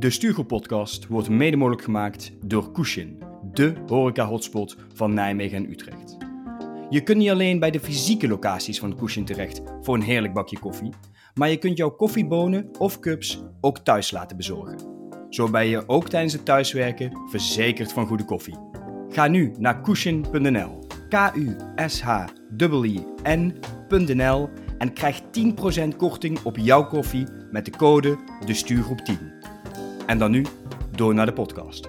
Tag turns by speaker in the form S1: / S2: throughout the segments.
S1: De Stuurgroep podcast wordt mede mogelijk gemaakt door Kushin, de horeca-hotspot van Nijmegen en Utrecht. Je kunt niet alleen bij de fysieke locaties van Kushin terecht voor een heerlijk bakje koffie, maar je kunt jouw koffiebonen of cups ook thuis laten bezorgen. Zo ben je ook tijdens het thuiswerken verzekerd van goede koffie. Ga nu naar kushin.nl, KUSHIN.nl en krijg 10% korting op jouw koffie met de code DeStuurgroep10. En dan nu, door naar de podcast.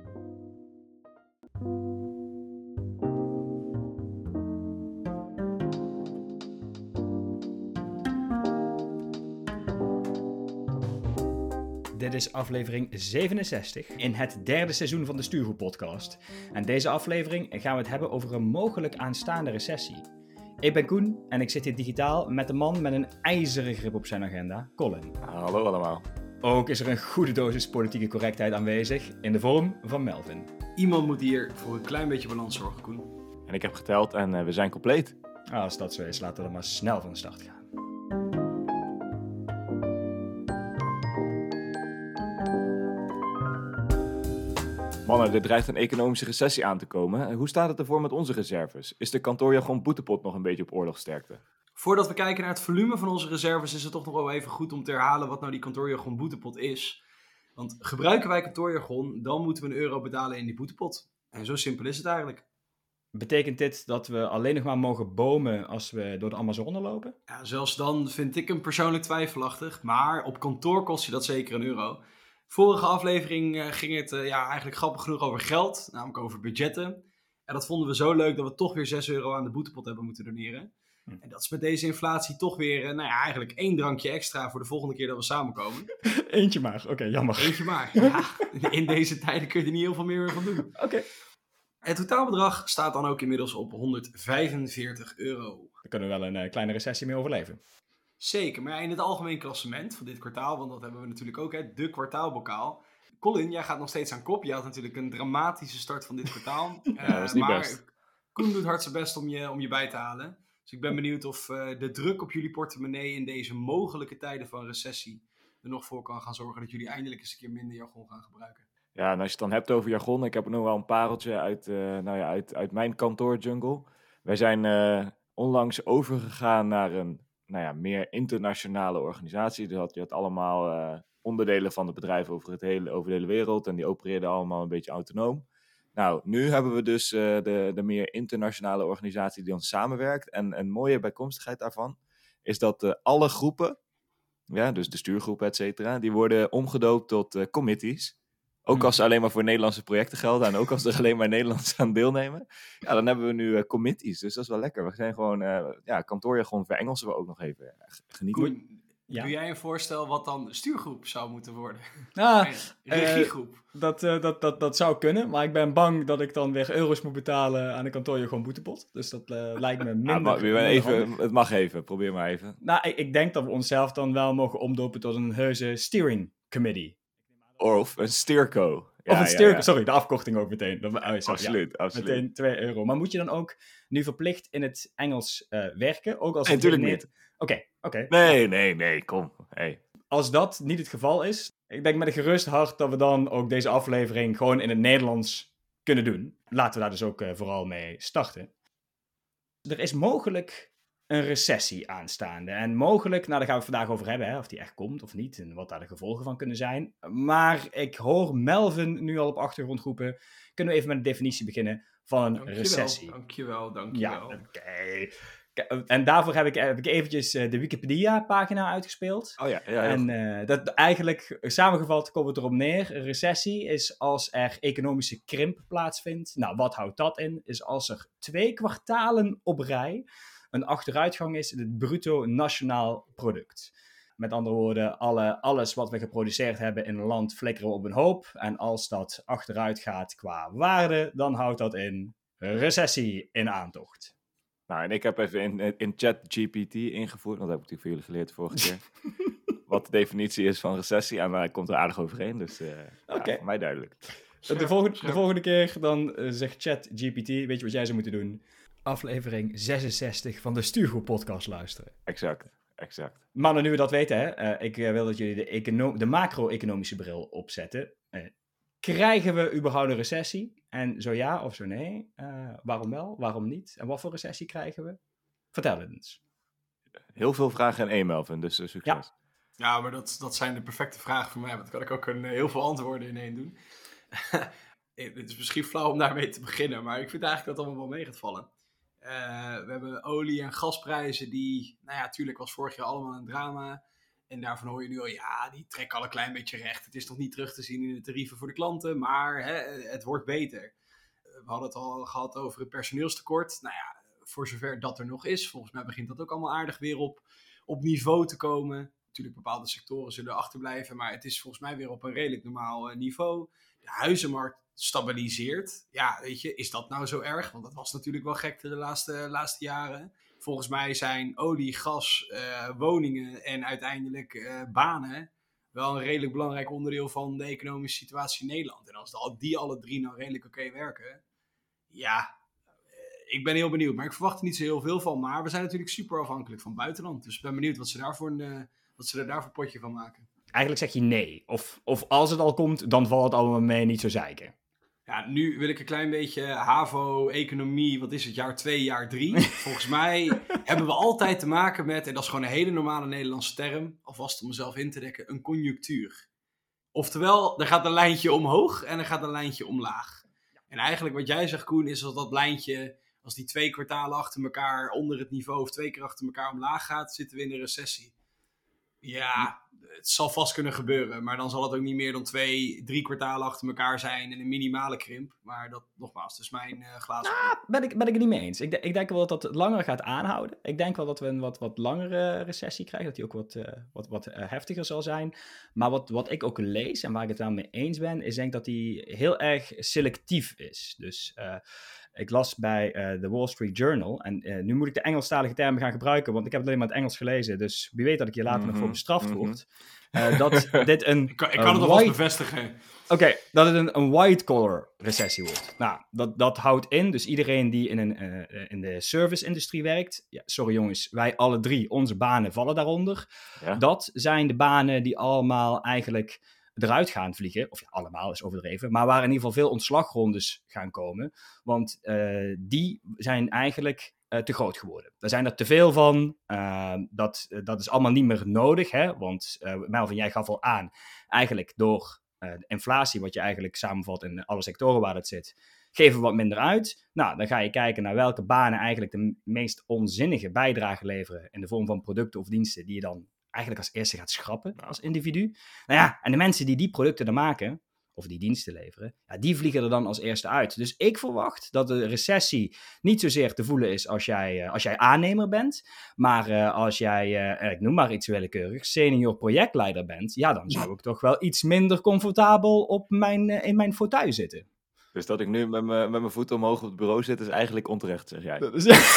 S1: Dit is aflevering 67 in het derde seizoen van de Stuurgroep podcast. En deze aflevering gaan we het hebben over een mogelijk aanstaande recessie. Ik ben Koen en ik zit hier digitaal met een man met een ijzeren grip op zijn agenda, Colin.
S2: Hallo allemaal.
S1: Ook is er een goede dosis politieke correctheid aanwezig in de vorm van Melvin.
S3: Iemand moet hier voor een klein beetje balans zorgen, Koen.
S2: En ik heb geteld en we zijn compleet.
S1: Als dat zo is, laten we dan maar snel van de start gaan.
S2: Mannen, er dreigt een economische recessie aan te komen. Hoe staat het ervoor met onze reserves? Is de kantoorjargon boetepot nog een beetje op oorlogsterkte?
S3: Voordat we kijken naar het volume van onze reserves, is het toch nog wel even goed om te herhalen wat nou die kantoorjargon boetepot is. Want gebruiken wij kantoorjargon, dan moeten we €1 betalen in die boetepot. En zo simpel is het eigenlijk.
S1: Betekent dit dat we alleen nog maar mogen bomen als we door de Amazone lopen?
S3: Ja, zelfs dan vind ik hem persoonlijk twijfelachtig, maar op kantoor kost je dat zeker €1. Vorige aflevering ging het eigenlijk grappig genoeg over geld, namelijk over budgetten. En dat vonden we zo leuk dat we toch weer €6 aan de boetepot hebben moeten doneren. En dat is met deze inflatie toch weer eigenlijk 1 drankje extra voor de volgende keer dat we samenkomen.
S1: Eentje maar, oké, jammer.
S3: Eentje maar. Ja, in deze tijden kun je er niet heel veel meer van doen.
S1: Oké.
S3: Het totaalbedrag staat dan ook inmiddels op €145.
S1: Daar kunnen we wel een kleine recessie mee overleven.
S3: Zeker, maar in het algemeen klassement van dit kwartaal, want dat hebben we natuurlijk ook, de kwartaalbokaal. Colin, jij gaat nog steeds aan kop. Je had natuurlijk een dramatische start van dit kwartaal.
S2: Ja, dat was niet
S3: maar
S2: best.
S3: Koen doet hard zijn best om je bij te halen. Dus ik ben benieuwd of de druk op jullie portemonnee in deze mogelijke tijden van recessie er nog voor kan gaan zorgen dat jullie eindelijk eens een keer minder jargon gaan gebruiken.
S2: Ja, en als je het dan hebt over jargon, ik heb nog wel een pareltje uit mijn kantoorjungle. Wij zijn onlangs overgegaan naar een meer internationale organisatie. Je had allemaal onderdelen van het bedrijf over de hele wereld en die opereerden allemaal een beetje autonoom. Nou, nu hebben we dus de meer internationale organisatie die ons samenwerkt. En een mooie bijkomstigheid daarvan is dat alle groepen, ja, dus de stuurgroepen, et cetera, die worden omgedoopt tot committees. Ook als ze alleen maar voor Nederlandse projecten gelden en ook als er alleen maar Nederlanders aan deelnemen. Ja, dan hebben we nu committees, dus dat is wel lekker. We zijn gewoon, kantoorjargon verengelsen we ook nog even. Genieten.
S3: Koen, doe jij een voorstel wat dan stuurgroep zou moeten worden?
S1: Ah,
S3: Regiegroep.
S1: Dat zou kunnen, maar ik ben bang dat ik dan weer euro's moet betalen aan de kantoorjargon boetepot. Dus dat lijkt me minder.
S2: Het mag even, probeer maar even.
S1: Nou, ik denk dat we onszelf dan wel mogen omdopen tot een heuse steering committee.
S2: Of een steerco.
S1: Of een steerco, sorry, de afkorting ook meteen.
S2: Absoluut.
S1: Meteen €2. Maar moet je dan ook nu verplicht in het Engels werken? Ook als
S2: Nee,
S1: het
S2: natuurlijk niet.
S1: Oké.
S2: Nee, kom. Hey.
S1: Als dat niet het geval is, ik denk met een gerust hart dat we dan ook deze aflevering gewoon in het Nederlands kunnen doen. Laten we daar dus ook vooral mee starten. Er is mogelijk een recessie aanstaande. En mogelijk, daar gaan we het vandaag over hebben, of die echt komt of niet. En wat daar de gevolgen van kunnen zijn. Maar ik hoor Melvin nu al op achtergrond roepen. Kunnen we even met een definitie beginnen van een recessie?
S3: Dankjewel.
S1: Ja, oké. En daarvoor heb ik eventjes de Wikipedia-pagina uitgespeeld.
S2: Oh ja.
S1: En dat eigenlijk, samengevat, komt het erop neer. Een recessie is als er economische krimp plaatsvindt. Nou, wat houdt dat in? Is als er 2 kwartalen op rij een achteruitgang is in het bruto nationaal product. Met andere woorden, alles wat we geproduceerd hebben in een land flikkeren we op een hoop. En als dat achteruit gaat qua waarde, dan houdt dat in recessie in aantocht.
S2: Nou, en ik heb even in ChatGPT ingevoerd, want dat heb ik natuurlijk voor jullie geleerd de vorige keer. Wat de definitie is van recessie. En daar komt er aardig overheen, dus
S1: Oké.
S2: voor mij duidelijk.
S1: De volgende keer dan zegt ChatGPT, weet je wat jij zou moeten doen? Aflevering 66 van de Stuurgroep podcast luisteren.
S2: Exact. exact.
S1: Mannen, nu we dat weten, hè, ik wil dat jullie de macro-economische bril opzetten. Krijgen we überhaupt een recessie? En zo ja of zo nee? Waarom wel, waarom niet? En wat voor recessie krijgen we? Vertel het eens.
S2: Heel veel vragen in één, Melvin, dus succes.
S3: Ja, maar dat zijn de perfecte vragen voor mij. Want dan kan ik ook heel veel antwoorden in één doen. Het is misschien flauw om daarmee te beginnen, maar ik vind eigenlijk dat het allemaal wel mee gaat vallen. We hebben olie- en gasprijzen die, natuurlijk was vorig jaar allemaal een drama. En daarvan hoor je nu al, die trekken al een klein beetje recht. Het is nog niet terug te zien in de tarieven voor de klanten, maar het wordt beter. We hadden het al gehad over het personeelstekort. Voor zover dat er nog is. Volgens mij begint dat ook allemaal aardig weer op niveau te komen. Natuurlijk, bepaalde sectoren zullen achterblijven, maar het is volgens mij weer op een redelijk normaal niveau. De huizenmarkt stabiliseert. Ja, weet je, is dat nou zo erg? Want dat was natuurlijk wel gek de laatste jaren. Volgens mij zijn olie, gas, woningen en uiteindelijk banen wel een redelijk belangrijk onderdeel van de economische situatie in Nederland. En als die alle drie nou redelijk oké werken, ik ben heel benieuwd. Maar ik verwacht er niet zo heel veel van. Maar we zijn natuurlijk super afhankelijk van het buitenland. Dus ik ben benieuwd wat ze er daarvoor potje van maken.
S1: Eigenlijk zeg je nee. Of als het al komt, dan valt het allemaal mee, niet zo zeiken.
S3: Ja, nu wil ik een klein beetje HAVO, economie, wat is het, jaar 2, jaar 3. Volgens mij hebben we altijd te maken met, en dat is gewoon een hele normale Nederlandse term, alvast om mezelf in te dekken, een conjunctuur. Oftewel, er gaat een lijntje omhoog en er gaat een lijntje omlaag. En eigenlijk wat jij zegt, Koen, is dat lijntje, als die 2 kwartalen achter elkaar onder het niveau of 2 keer achter elkaar omlaag gaat, zitten we in een recessie. Ja, het zal vast kunnen gebeuren, maar dan zal het ook niet meer dan 2-3 kwartalen achter elkaar zijn en een minimale krimp. Maar dat, nogmaals, dus mijn glazen...
S1: Ben ik het niet mee eens. Ik denk wel dat langer gaat aanhouden. Ik denk wel dat we een wat langere recessie krijgen, dat die ook wat heftiger zal zijn. Maar wat ik ook lees en waar ik het wel mee eens ben, is denk ik dat die heel erg selectief is. Dus ik las bij de Wall Street Journal, en nu moet ik de Engelstalige termen gaan gebruiken, want ik heb het alleen maar in het Engels gelezen, dus wie weet dat ik hier later nog voor bestraft word. Dat dit een...
S3: Ik kan het alvast bevestigen.
S1: Oké, dat het een white-collar recessie wordt. Nou, dat houdt in, dus iedereen die in de service-industrie werkt, ja, sorry jongens, wij alle drie, onze banen vallen daaronder. Ja. Dat zijn de banen die allemaal eigenlijk eruit gaan vliegen. Of ja, allemaal is overdreven, maar waar in ieder geval veel ontslagrondes gaan komen. Want die zijn eigenlijk te groot geworden. Daar zijn er te veel van. Dat is allemaal niet meer nodig, hè? Want Melvin, jij gaf al aan, eigenlijk door de inflatie, wat je eigenlijk samenvat in alle sectoren waar het zit, geven we wat minder uit. Nou, dan ga je kijken naar welke banen eigenlijk de meest onzinnige bijdrage leveren in de vorm van producten of diensten die je dan eigenlijk als eerste gaat schrappen als individu. Nou ja, en de mensen die producten dan maken, of die diensten leveren, ja, die vliegen er dan als eerste uit. Dus ik verwacht dat de recessie niet zozeer te voelen is als jij aannemer bent, maar als jij, ik noem maar iets willekeurig, senior projectleider bent, ja, dan zou ik toch wel iets minder comfortabel in mijn fauteuil zitten.
S2: Dus dat ik nu met mijn voeten omhoog op het bureau zit, is eigenlijk onterecht, zeg jij.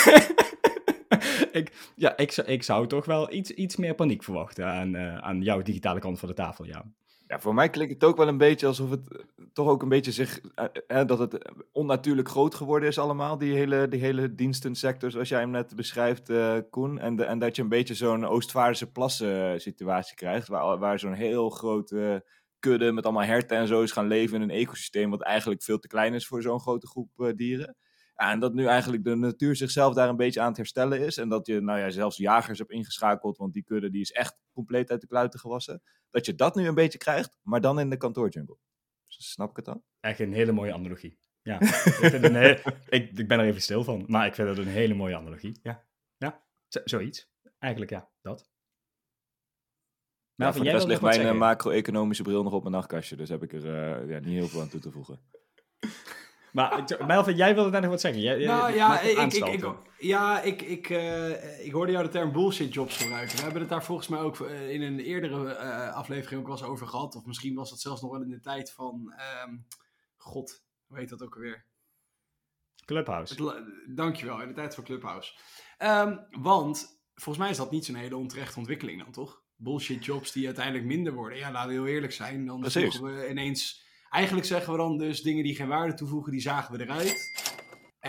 S1: Ik zou toch wel iets meer paniek verwachten aan jouw digitale kant van de tafel, ja.
S2: Ja, voor mij klinkt het ook wel een beetje alsof het toch ook een beetje dat het onnatuurlijk groot geworden is allemaal, die hele dienstensector zoals jij hem net beschrijft, Koen. En dat je een beetje zo'n Oostvaardense plassen situatie krijgt, waar zo'n heel grote kudde met allemaal herten en zo is gaan leven in een ecosysteem wat eigenlijk veel te klein is voor zo'n grote groep dieren. Ja, en dat nu eigenlijk de natuur zichzelf daar een beetje aan het herstellen is. En dat je zelfs jagers hebt ingeschakeld, want die kudde die is echt compleet uit de kluiten gewassen. Dat je dat nu een beetje krijgt, maar dan in de kantoorjungle. Snap ik het dan?
S1: Echt een hele mooie analogie. Ja, ik ben er even stil van, maar ik vind het een hele mooie analogie. Ja. Zoiets. Eigenlijk ja, dat.
S2: Maar voor de rest ligt mijn macro-economische bril nog op mijn nachtkastje, dus heb ik er niet heel veel aan toe te voegen.
S1: Maar Melvin, jij wilde daar nog wat zeggen.
S3: Ik hoorde jou de term bullshit jobs gebruiken. We hebben het daar volgens mij ook in een eerdere aflevering ook wel eens over gehad. Of misschien was dat zelfs nog wel in de tijd van... God, hoe heet dat ook alweer?
S1: Clubhouse.
S3: Dankjewel, in de tijd van Clubhouse. Want volgens mij is dat niet zo'n hele onterechte ontwikkeling dan, toch? Bullshit jobs die uiteindelijk minder worden. Ja, laten we heel eerlijk zijn. Dan voegen we ineens... Eigenlijk zeggen we dan dus dingen die geen waarde toevoegen, die zagen we eruit.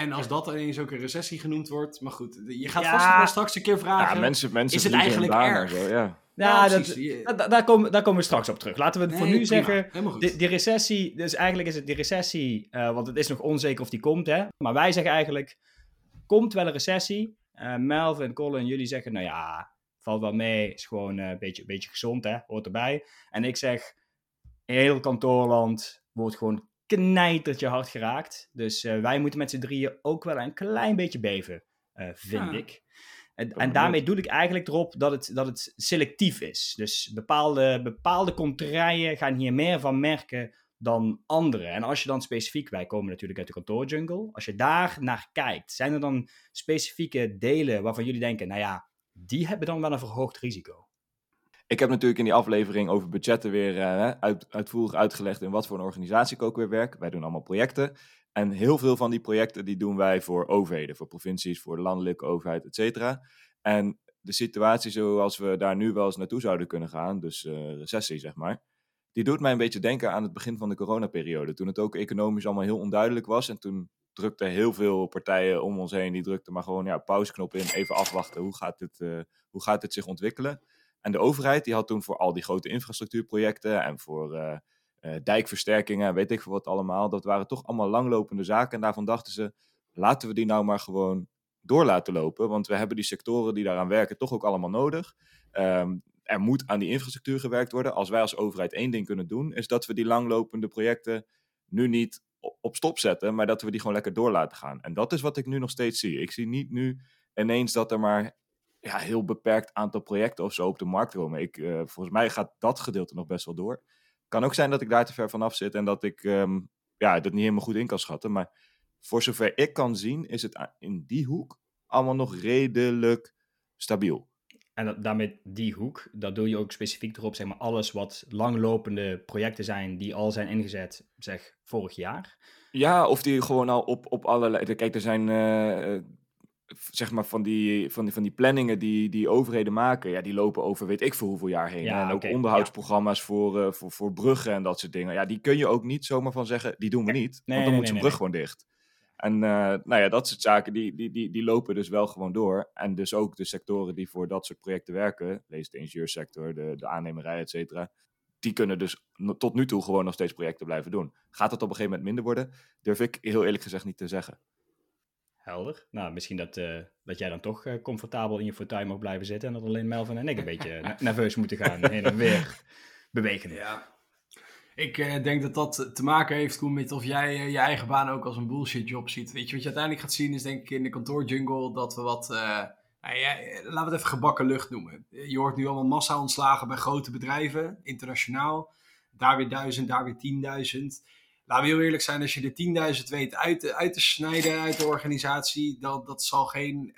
S3: En als dat ineens ook een recessie genoemd wordt, maar goed, je gaat vast nog wel straks een keer vragen,
S2: mensen
S3: is het eigenlijk erg?
S2: Zo, ja.
S1: Ja,
S3: precies.
S1: daar komen we straks op terug. Laten we voor nu
S3: prima.
S1: zeggen,
S3: Helemaal goed.
S1: die recessie, dus eigenlijk is het die recessie, want het is nog onzeker of die komt, hè. Maar wij zeggen eigenlijk, komt wel een recessie. Melvin en Colin, jullie zeggen, nou ja, valt wel mee, is gewoon een beetje gezond, hè, hoort erbij. En ik zeg, heel kantoorland wordt gewoon knijtertje hard geraakt. Dus wij moeten met z'n drieën ook wel een klein beetje beven, vind ik. En daarmee doe ik eigenlijk erop dat het selectief is. Dus bepaalde contraien gaan hier meer van merken dan andere. En als je dan specifiek, wij komen natuurlijk uit de kantoorjungle, als je daar naar kijkt, zijn er dan specifieke delen waarvan jullie denken, nou ja, die hebben dan wel een verhoogd risico?
S2: Ik heb natuurlijk in die aflevering over budgetten weer uitvoerig uitgelegd in wat voor een organisatie ik ook weer werk. Wij doen allemaal projecten. En heel veel van die projecten die doen wij voor overheden, voor provincies, voor de landelijke overheid, et cetera. En de situatie zoals we daar nu wel eens naartoe zouden kunnen gaan, dus recessie zeg maar, die doet mij een beetje denken aan het begin van de coronaperiode. Toen het ook economisch allemaal heel onduidelijk was en toen drukten heel veel partijen om ons heen, die drukten maar gewoon pauzeknop in, even afwachten, hoe gaat dit zich ontwikkelen? En de overheid die had toen voor al die grote infrastructuurprojecten en voor dijkversterkingen, weet ik veel wat allemaal, dat waren toch allemaal langlopende zaken. En daarvan dachten ze, laten we die nou maar gewoon door laten lopen. Want we hebben die sectoren die daaraan werken toch ook allemaal nodig. Er moet aan die infrastructuur gewerkt worden. Als wij als overheid één ding kunnen doen, is dat we die langlopende projecten nu niet op stop zetten, maar dat we die gewoon lekker door laten gaan. En dat is wat ik nu nog steeds zie. Ik zie niet nu ineens dat er maar heel beperkt aantal projecten of zo op de markt komen. Volgens mij gaat dat gedeelte nog best wel door. Kan ook zijn dat ik daar te ver vanaf zit en dat ik dat niet helemaal goed in kan schatten. Maar voor zover ik kan zien, is het in die hoek allemaal nog redelijk stabiel.
S1: En daarmee die hoek, dat doe je ook specifiek erop, zeg maar, alles wat langlopende projecten zijn die al zijn ingezet, zeg, vorig jaar.
S2: Ja, of die gewoon al op allerlei... Kijk, er zijn zeg maar van die planningen die overheden maken, ja, die lopen over weet ik veel hoeveel jaar heen. Ja, en ook onderhoudsprogramma's voor bruggen en dat soort dingen. Ja, die kun je ook niet zomaar van zeggen, die doen we niet. Want dan moet zo'n brug gewoon dicht. En dat soort zaken, die lopen dus wel gewoon door. En dus ook de sectoren die voor dat soort projecten werken, lees de ingenieursector, de aannemerij, et cetera, die kunnen dus tot nu toe gewoon nog steeds projecten blijven doen. Gaat dat op een gegeven moment minder worden? Durf ik heel eerlijk gezegd niet te zeggen.
S1: Helder. Nou, misschien dat jij dan toch comfortabel in je fauteuil mag blijven zitten en dat alleen Melvin en ik een beetje nerveus moeten gaan heen en weer bewegen.
S3: Ja. Ik denk dat dat te maken heeft, Koen, met of jij je eigen baan ook als een bullshit job ziet. Weet je, wat je uiteindelijk gaat zien is denk ik in de kantoorjungle dat we wat, laten we het even gebakken lucht noemen. Je hoort nu allemaal massa-ontslagen bij grote bedrijven, internationaal. Daar weer 1000, daar weer 10.000. Laten we heel eerlijk zijn, als je de 10.000 weet uit te snijden uit de organisatie, dat zal geen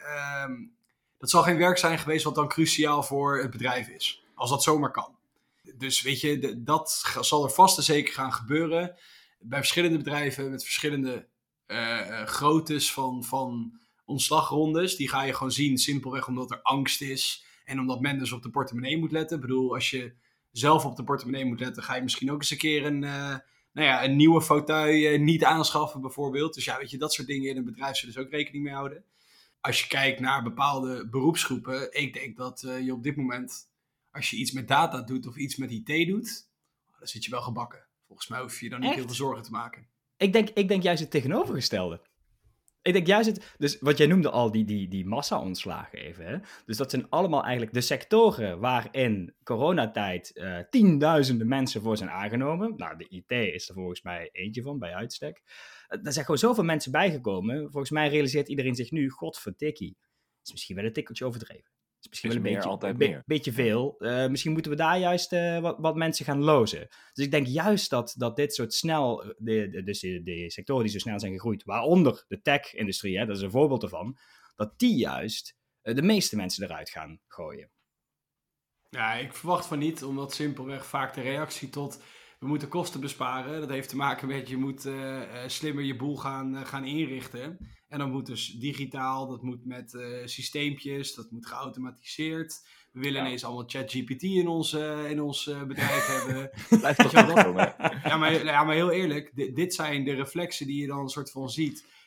S3: werk zijn geweest wat dan cruciaal voor het bedrijf is. Als dat zomaar kan. Dus weet je, dat zal er vast en zeker gaan gebeuren. Bij verschillende bedrijven met verschillende groottes van ontslagrondes. Die ga je gewoon zien simpelweg omdat er angst is. En omdat men dus op de portemonnee moet letten. Ik bedoel, als je zelf op de portemonnee moet letten, ga je misschien ook eens een keer een nieuwe fauteuil niet aanschaffen bijvoorbeeld. Dus ja, weet je, dat soort dingen in een bedrijf zullen ze ook rekening mee houden. Als je kijkt naar bepaalde beroepsgroepen, ik denk dat je op dit moment, als je iets met data doet of iets met IT doet, dan zit je wel gebakken. Volgens mij hoef je dan niet heel veel zorgen te maken.
S1: Ik denk juist het tegenovergestelde. Ik denk juist dus wat jij noemde al, die massa-ontslagen even. Hè? Dus dat zijn allemaal eigenlijk de sectoren waarin coronatijd tienduizenden mensen voor zijn aangenomen. Nou, de IT is er volgens mij eentje van, bij uitstek. Er zijn gewoon zoveel mensen bijgekomen. Volgens mij realiseert iedereen zich nu, godverdikkie. Is misschien wel een tikkeltje overdreven. Is misschien wel een beetje veel. Misschien moeten we daar juist wat mensen gaan lozen. Dus ik denk juist dat dit soort snel, de sectoren die zo snel zijn gegroeid, waaronder de tech-industrie, dat is een voorbeeld ervan, dat die juist de meeste mensen eruit gaan gooien.
S3: Ja, ik verwacht van niet, omdat simpelweg vaak de reactie tot we moeten kosten besparen. Dat heeft te maken met je moet slimmer je boel gaan inrichten. En dat moet dus digitaal, dat moet met systeempjes, dat moet geautomatiseerd. We willen ineens allemaal ChatGPT in ons bedrijf hebben.
S2: Blijft toch wel komen.
S3: Ja, maar heel eerlijk, dit zijn de reflexen die je dan een soort van ziet.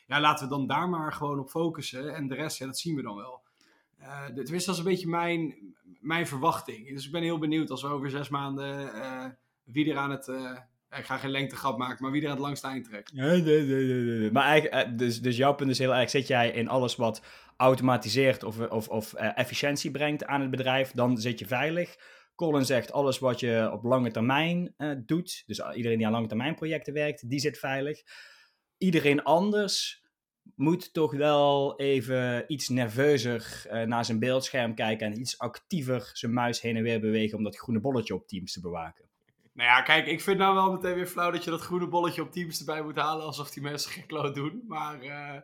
S3: Ja, laten we dan daar maar gewoon op focussen. En de rest, dat zien we dan wel. Tenminste, dat is een beetje mijn verwachting. Dus ik ben heel benieuwd als we over 6 maanden wie er aan het... ik ga geen lengtegrap maken, maar wie er aan het langste eind trekt.
S1: Nee. Maar eigenlijk, dus jouw punt is heel erg, zit jij in alles wat automatiseert of efficiëntie brengt aan het bedrijf, dan zit je veilig. Colin zegt, alles wat je op lange termijn doet, dus iedereen die aan lange termijn projecten werkt, die zit veilig. Iedereen anders moet toch wel even iets nerveuzer naar zijn beeldscherm kijken en iets actiever zijn muis heen en weer bewegen om dat groene bolletje op Teams te bewaken.
S3: Nou ja, kijk, ik vind nou wel meteen weer flauw dat je dat groene bolletje op Teams erbij moet halen, alsof die mensen geen kloot doen. Maar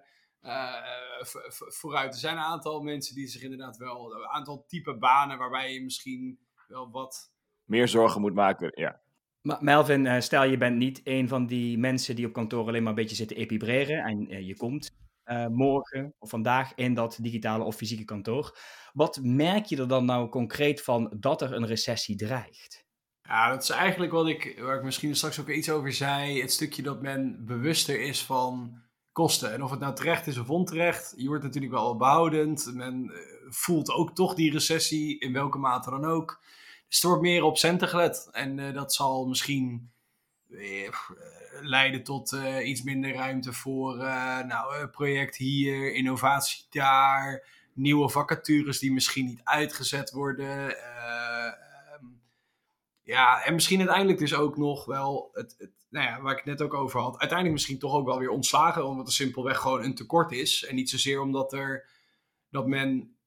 S3: vooruit, er zijn een aantal mensen die zich inderdaad wel, een aantal type banen waarbij je misschien wel wat...
S2: Meer zorgen moet maken, ja.
S1: Maar Melvin, stel je bent niet een van die mensen die op kantoor alleen maar een beetje zitten epibreren en je komt morgen of vandaag in dat digitale of fysieke kantoor. Wat merk je er dan nou concreet van dat er een recessie dreigt?
S3: Ja, dat is eigenlijk waar ik misschien straks ook iets over zei. Het stukje dat men bewuster is van kosten. En of het nou terecht is of onterecht. Je wordt natuurlijk wel behoudend. Men voelt ook toch die recessie, in welke mate dan ook. Dus er wordt meer op centen gelet. En dat zal misschien leiden tot iets minder ruimte voor project hier, innovatie daar. Nieuwe vacatures die misschien niet uitgezet worden. Ja, en misschien uiteindelijk dus ook nog wel waar ik het net ook over had. Uiteindelijk misschien toch ook wel weer ontslagen, omdat er simpelweg gewoon een tekort is. En niet zozeer omdat dat men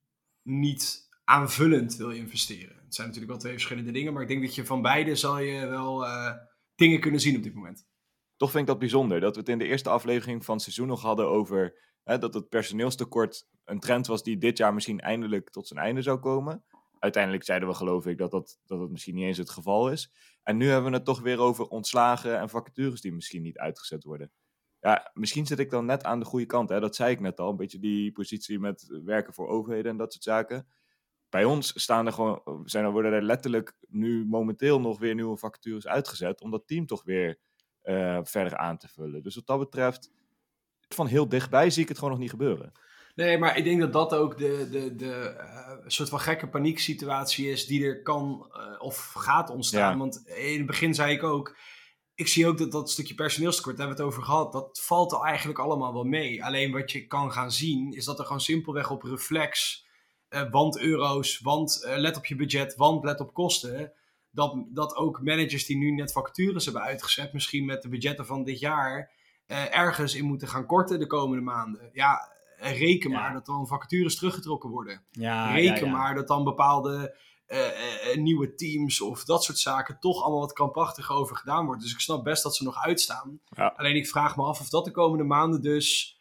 S3: niet aanvullend wil investeren. Het zijn natuurlijk wel twee verschillende dingen, maar ik denk dat je van beide zal je wel dingen kunnen zien op dit moment.
S2: Toch vind ik dat bijzonder, dat we het in de eerste aflevering van het seizoen nog hadden over dat het personeelstekort een trend was die dit jaar misschien eindelijk tot zijn einde zou komen. Uiteindelijk zeiden we, geloof ik, dat het misschien niet eens het geval is. En nu hebben we het toch weer over ontslagen en vacatures die misschien niet uitgezet worden. Ja, misschien zit ik dan net aan de goede kant. Hè? Dat zei ik net al, een beetje die positie met werken voor overheden en dat soort zaken. Bij ons worden er letterlijk nu momenteel nog weer nieuwe vacatures uitgezet om dat team toch weer verder aan te vullen. Dus wat dat betreft, van heel dichtbij zie ik het gewoon nog niet gebeuren.
S3: Nee, maar ik denk dat dat ook de soort van gekke panieksituatie is die er kan of gaat ontstaan. Ja. Want in het begin zei ik ook, ik zie ook dat stukje personeelstekort, daar hebben we het over gehad, dat valt al eigenlijk allemaal wel mee. Alleen wat je kan gaan zien, is dat er gewoon simpelweg op reflex, want euro's, want let op je budget, want let op kosten, dat ook managers die nu net vacatures hebben uitgezet, misschien met de budgetten van dit jaar, ergens in moeten gaan korten de komende maanden. Ja, reken maar dat dan vacatures teruggetrokken worden. Reken maar dat dan bepaalde nieuwe teams of dat soort zaken toch allemaal wat krampachtiger over gedaan wordt. Dus ik snap best dat ze nog uitstaan. Ja. Alleen ik vraag me af of dat de komende maanden dus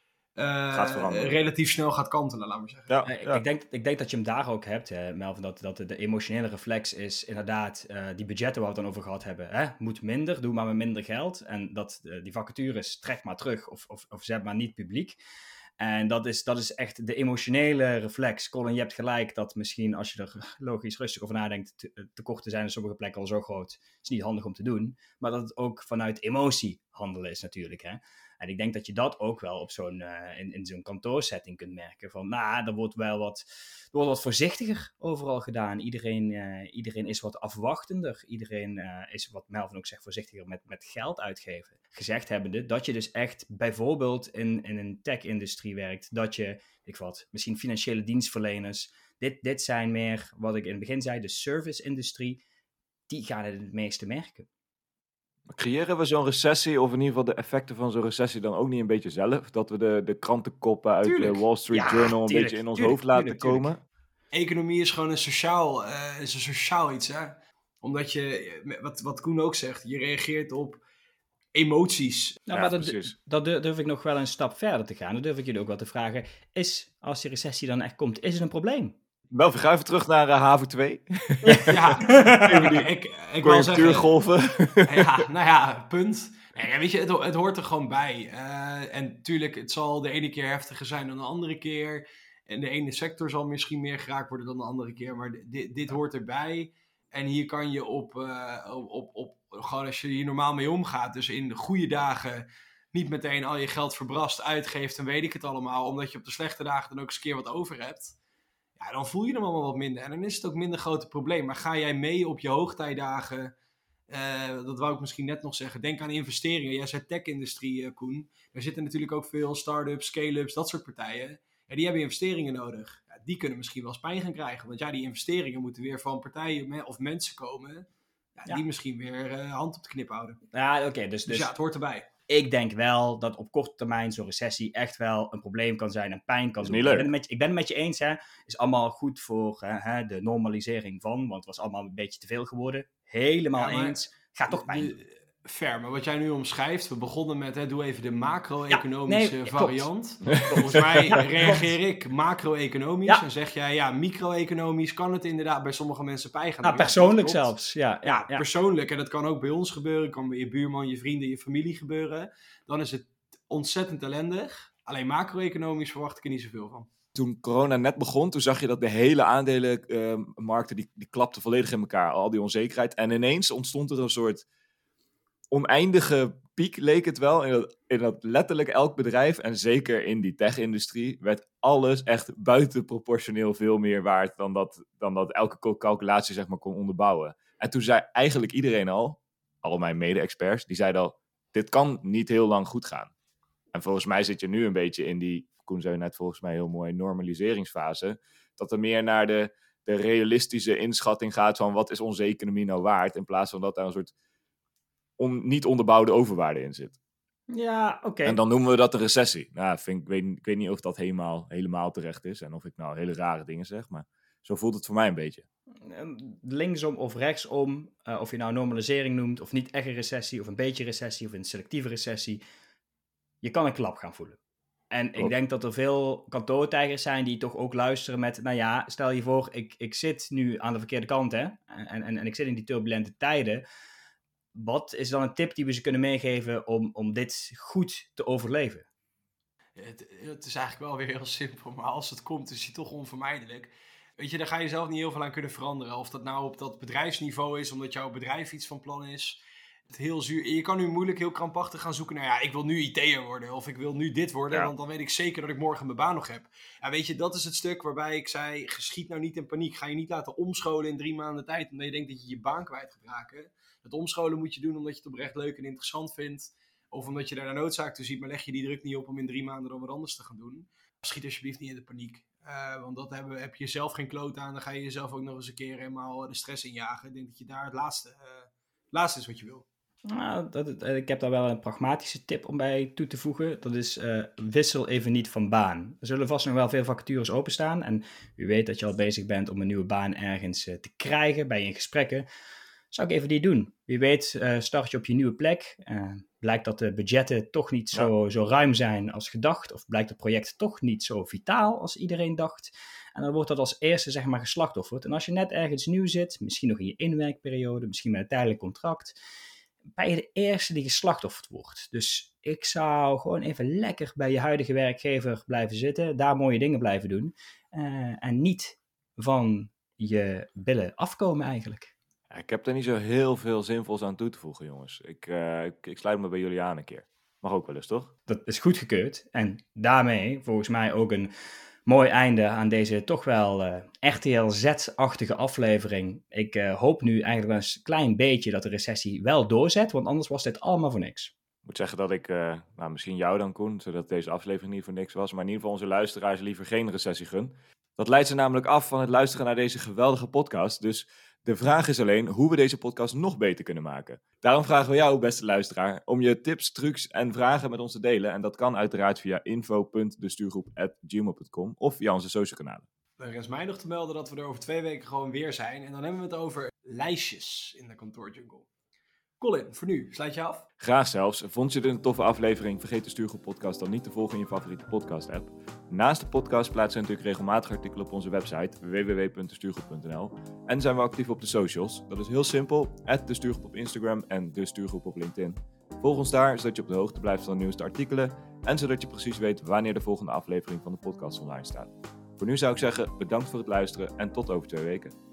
S3: relatief snel gaat kantelen, laat maar zeggen.
S1: Ja. Ik denk dat je hem daar ook hebt, Melvin, dat de emotionele reflex is inderdaad die budgetten waar we het dan over gehad hebben. Moet minder, doe maar met minder geld. En dat die vacatures trek maar terug of zet maar niet publiek. En dat is echt de emotionele reflex. Colin, je hebt gelijk dat misschien als je er logisch rustig over nadenkt, tekorten zijn op sommige plekken al zo groot. Het is niet handig om te doen. Maar dat het ook vanuit emotie handelen is natuurlijk. Hè? En ik denk dat je dat ook wel op in zo'n kantoorsetting kunt merken. Van, er wordt wel wat voorzichtiger overal gedaan. Iedereen is wat afwachtender. Iedereen is, wat Melvin ook zegt, voorzichtiger met geld uitgeven. Gezegd hebbende dat je dus echt bijvoorbeeld in een tech-industrie werkt. Dat je, misschien financiële dienstverleners. Dit zijn meer, wat ik in het begin zei, de service-industrie. Die gaan het meeste merken.
S2: Creëren we zo'n recessie, of in ieder geval de effecten van zo'n recessie dan ook niet een beetje zelf? Dat we de krantenkoppen uit de Wall Street Journal een beetje in ons hoofd laten komen?
S3: Economie is gewoon een sociaal iets, hè? Omdat je, wat Koen ook zegt, je reageert op emoties.
S1: Nou, maar dat durf ik nog wel een stap verder te gaan. Dan durf ik jullie ook wel te vragen, als die recessie dan echt komt, is het een probleem?
S2: Wel, we gaan even terug naar HAVO 2.
S3: Ja, ik wil zeggen... punt. Nee, weet je, het hoort er gewoon bij. En natuurlijk, het zal de ene keer heftiger zijn dan de andere keer. En de ene sector zal misschien meer geraakt worden dan de andere keer. Maar dit hoort erbij. En hier kan je op gewoon als je hier normaal mee omgaat. Dus in de goede dagen niet meteen al je geld verbrast uitgeeft en weet ik het allemaal, omdat je op de slechte dagen dan ook eens een keer wat over hebt. Ja, dan voel je hem allemaal wat minder. En dan is het ook minder grote probleem. Maar ga jij mee op je hoogtijdagen? Dat wou ik misschien net nog zeggen. Denk aan investeringen. Jij zei tech-industrie, Koen. Er zitten natuurlijk ook veel start-ups, scale-ups, dat soort partijen. Ja, die hebben investeringen nodig. Ja, die kunnen misschien wel eens pijn gaan krijgen. Want ja, die investeringen moeten weer van partijen of mensen komen. Ja, die misschien weer hand op de knip houden.
S1: Ja, oké. Dus
S3: ja, het hoort erbij.
S1: Ik denk wel dat op korte termijn zo'n recessie echt wel een probleem kan zijn en pijn kan doen.
S2: Niet leuk.
S1: Ik ben het met je eens, hè. Is allemaal goed voor de normalisering van, want het was allemaal een beetje te veel geworden. Helemaal eens. Gaat toch pijn doen.
S3: Fair, maar wat jij nu omschrijft, we begonnen met, doe even de macro-economische variant.
S1: Klopt.
S3: Volgens mij reageer ik macro-economisch en zeg jij, micro-economisch kan het inderdaad bij sommige mensen pijn gaan.
S1: Nou, persoonlijk zelfs. Ja,
S3: persoonlijk. En dat kan ook bij ons gebeuren, kan bij je buurman, je vrienden, je familie gebeuren. Dan is het ontzettend ellendig. Alleen macro-economisch verwacht ik er niet zoveel van.
S2: Toen corona net begon, toen zag je dat de hele aandelenmarkten, die klapten volledig in elkaar. Al die onzekerheid. En ineens ontstond er een soort oneindige piek, leek het wel. In dat letterlijk elk bedrijf, en zeker in die tech-industrie, werd alles echt buitenproportioneel veel meer waard dan dat elke calculatie zeg maar kon onderbouwen. En toen zei eigenlijk iedereen al mijn mede-experts, die zeiden al, dit kan niet heel lang goed gaan. En volgens mij zit je nu een beetje in die, Koen zei net volgens mij heel mooi, normaliseringsfase, dat er meer naar de realistische inschatting gaat van wat is onze economie nou waard, in plaats van dat daar een soort niet onderbouwde overwaarde in zit.
S1: Ja, oké.
S2: En dan noemen we dat een recessie. Nou, ik weet niet of dat helemaal terecht is en of ik nou hele rare dingen zeg, maar zo voelt het voor mij een beetje.
S1: Linksom of rechtsom, of je nou normalisering noemt, of niet echt een recessie, of een beetje recessie, of een selectieve recessie, je kan een klap gaan voelen. En ik denk dat er veel kantoortijgers zijn die toch ook luisteren met, nou ja, stel je voor, ik zit nu aan de verkeerde kant, hè, en ik zit in die turbulente tijden. Wat is dan een tip die we ze kunnen meegeven om dit goed te overleven?
S3: Het is eigenlijk wel weer heel simpel, maar als het komt, is het toch onvermijdelijk. Weet je, daar ga je zelf niet heel veel aan kunnen veranderen. Of dat nou op dat bedrijfsniveau is, omdat jouw bedrijf iets van plan is. Het heel zuur. Je kan nu moeilijk heel krampachtig gaan zoeken naar, ik wil nu IT'er worden, of ik wil nu dit worden, want dan weet ik zeker dat ik morgen mijn baan nog heb. Ja, weet je, dat is het stuk waarbij ik zei, geschiet nou niet in paniek. Ga je niet laten omscholen in 3 maanden tijd, omdat je denkt dat je je baan kwijt gaat raken. Het omscholen moet je doen omdat je het oprecht leuk en interessant vindt. Of omdat je daar de noodzaak toe ziet, maar leg je die druk niet op om in 3 maanden dan wat anders te gaan doen. Schiet alsjeblieft niet in de paniek. Want dat heb je zelf geen kloot aan. Dan ga je jezelf ook nog eens een keer helemaal de stress injagen. Ik denk dat je daar het laatste is wat je wil.
S1: Nou, ik heb daar wel een pragmatische tip om bij toe te voegen. Dat is wissel even niet van baan. Er zullen vast nog wel veel vacatures openstaan. En u weet dat je al bezig bent om een nieuwe baan ergens te krijgen bij je gesprekken. Zou ik even die doen. Wie weet start je op je nieuwe plek. Blijkt dat de budgetten toch niet zo ruim zijn als gedacht. Of blijkt het project toch niet zo vitaal als iedereen dacht. En dan wordt dat als eerste zeg maar geslachtofferd. En als je net ergens nieuw zit, misschien nog in je inwerkperiode, misschien met een tijdelijk contract, ben je de eerste die geslachtofferd wordt. Dus ik zou gewoon even lekker bij je huidige werkgever blijven zitten. Daar mooie dingen blijven doen. En niet van je billen afkomen eigenlijk.
S2: Ik heb er niet zo heel veel zinvols aan toe te voegen, jongens. Ik sluit me bij jullie aan een keer. Mag ook wel eens, toch? Dat
S1: is goedgekeurd. En daarmee volgens mij ook een mooi einde aan deze toch wel RTL Z-achtige aflevering. Ik hoop nu eigenlijk wel eens een klein beetje dat de recessie wel doorzet, want anders was dit allemaal voor niks.
S2: Ik moet zeggen dat ik, misschien jou dan Koen, zodat deze aflevering niet voor niks was, maar in ieder geval onze luisteraars liever geen recessie gun. Dat leidt ze namelijk af van het luisteren naar deze geweldige podcast. Dus de vraag is alleen hoe we deze podcast nog beter kunnen maken. Daarom vragen we jou, beste luisteraar, om je tips, trucs en vragen met ons te delen. En dat kan uiteraard via info.destuurgroep@gmail.com of via onze social kanalen.
S3: Er is mij nog te melden dat we er over 2 weken gewoon weer zijn. En dan hebben we het over lijstjes in de kantoorjungle. Colin, voor nu, sluit je af?
S2: Graag zelfs. Vond je dit een toffe aflevering? Vergeet de Stuurgroep podcast dan niet te volgen in je favoriete podcast app. Naast de podcast plaatsen we natuurlijk regelmatig artikelen op onze website www.destuurgroep.nl. En zijn we actief op de socials. Dat is heel simpel. @de Stuurgroep op Instagram en de Stuurgroep op LinkedIn. Volg ons daar, zodat je op de hoogte blijft van de nieuwste artikelen. En zodat je precies weet wanneer de volgende aflevering van de podcast online staat. Voor nu zou ik zeggen, bedankt voor het luisteren en tot over 2 weken.